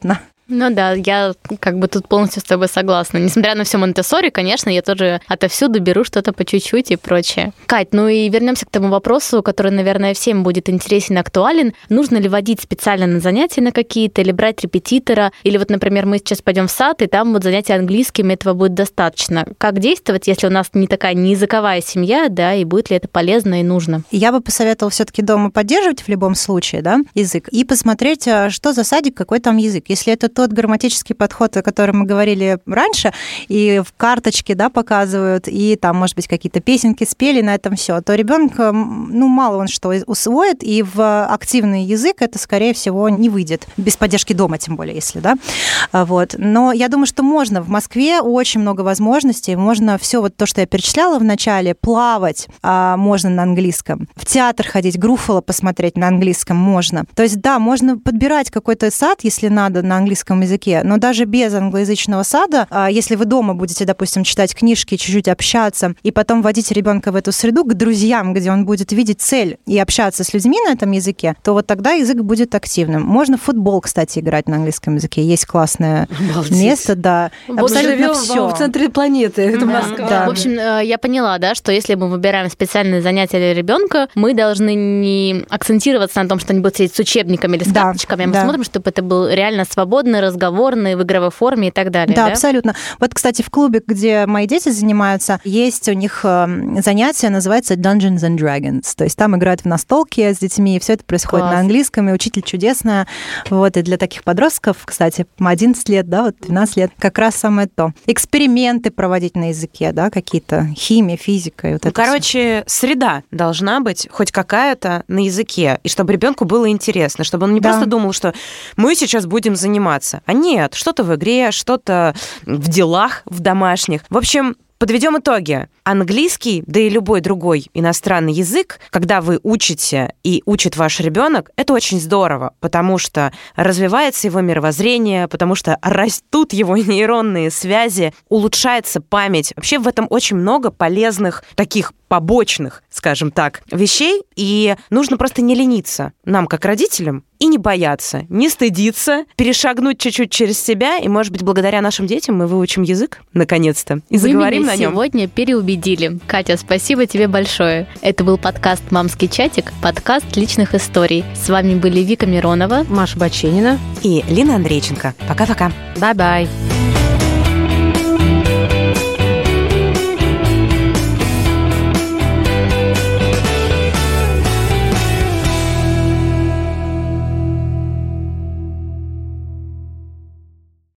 Ну да, я как бы тут полностью с тобой согласна. Несмотря на все Монтессори, конечно, я тоже отовсюду беру что-то по чуть-чуть и прочее. Кать, ну и вернемся к тому вопросу, который, наверное, всем будет интересен и актуален. Нужно ли водить специально на занятия на какие-то, или брать репетитора? Или вот, например, мы сейчас пойдем в сад, и там вот занятия английским, этого будет достаточно. Как действовать, если у нас не такая неязыковая семья, да, и будет ли это полезно и нужно? Я бы посоветовала все-таки дома поддерживать в любом случае, да, язык, и посмотреть, что за садик, какой там язык. Если это тот грамматический подход, о котором мы говорили раньше, и в карточке, да, показывают, и там, может быть, какие-то песенки спели, на этом все, то ребенок, ну, мало он что усвоит, и в активный язык это, скорее всего, не выйдет. Без поддержки дома, тем более, если, да. Вот. Но я думаю, что можно. В Москве очень много возможностей. Можно все вот то, что я перечисляла в начале, плавать можно на английском. В театр ходить, Груффало посмотреть на английском можно. То есть, да, можно подбирать какой-то сад, если надо, на английском языке, но даже без англоязычного сада, если вы дома будете, допустим, читать книжки, чуть-чуть общаться, и потом водить ребенка в эту среду к друзьям, где он будет видеть цель и общаться с людьми на этом языке, то вот тогда язык будет активным. Можно в футбол, кстати, играть на английском языке. Есть классное место, да. Абсолютно все. В центре планеты. Это Москва. Да. В общем, я поняла, да, что если мы выбираем специальные занятия для ребенка, мы должны не акцентироваться на том, что они будут сидеть с учебниками или с карточками, а мы смотрим, чтобы это был реально свободный, разговорный, в игровой форме и так далее. Да, абсолютно. Вот, кстати, в клубе, где мои дети занимаются, есть у них занятие, называется Dungeons and Dragons. То есть там играют в настолки с детьми, и все это происходит на английском, и учитель чудесная. Вот, и для таких подростков, кстати, 11 лет, да, вот 12 лет, как раз самое то. Эксперименты проводить на языке, да, какие-то химия, физика. И вот это короче, среда должна быть хоть какая-то на языке, и чтобы ребенку было интересно, чтобы он не просто думал, что мы сейчас будем заниматься, а нет, что-то в игре, что-то в делах, в домашних. В общем, подведем итоги. Английский, да и любой другой иностранный язык, когда вы учите и учит ваш ребенок, это очень здорово, потому что развивается его мировоззрение, потому что растут его нейронные связи, улучшается память. Вообще в этом очень много полезных таких побочных, скажем так, вещей, и нужно просто не лениться нам, как родителям, и не бояться, не стыдиться, перешагнуть чуть-чуть через себя, и, может быть, благодаря нашим детям мы выучим язык, наконец-то, и заговорим на нем. Сегодня переубедили. Катя, спасибо тебе большое. Это был подкаст «Мамский чатик», подкаст личных историй. С вами были Вика Миронова, Маша Баченина и Лина Андрейченко. Пока-пока. Бай-бай.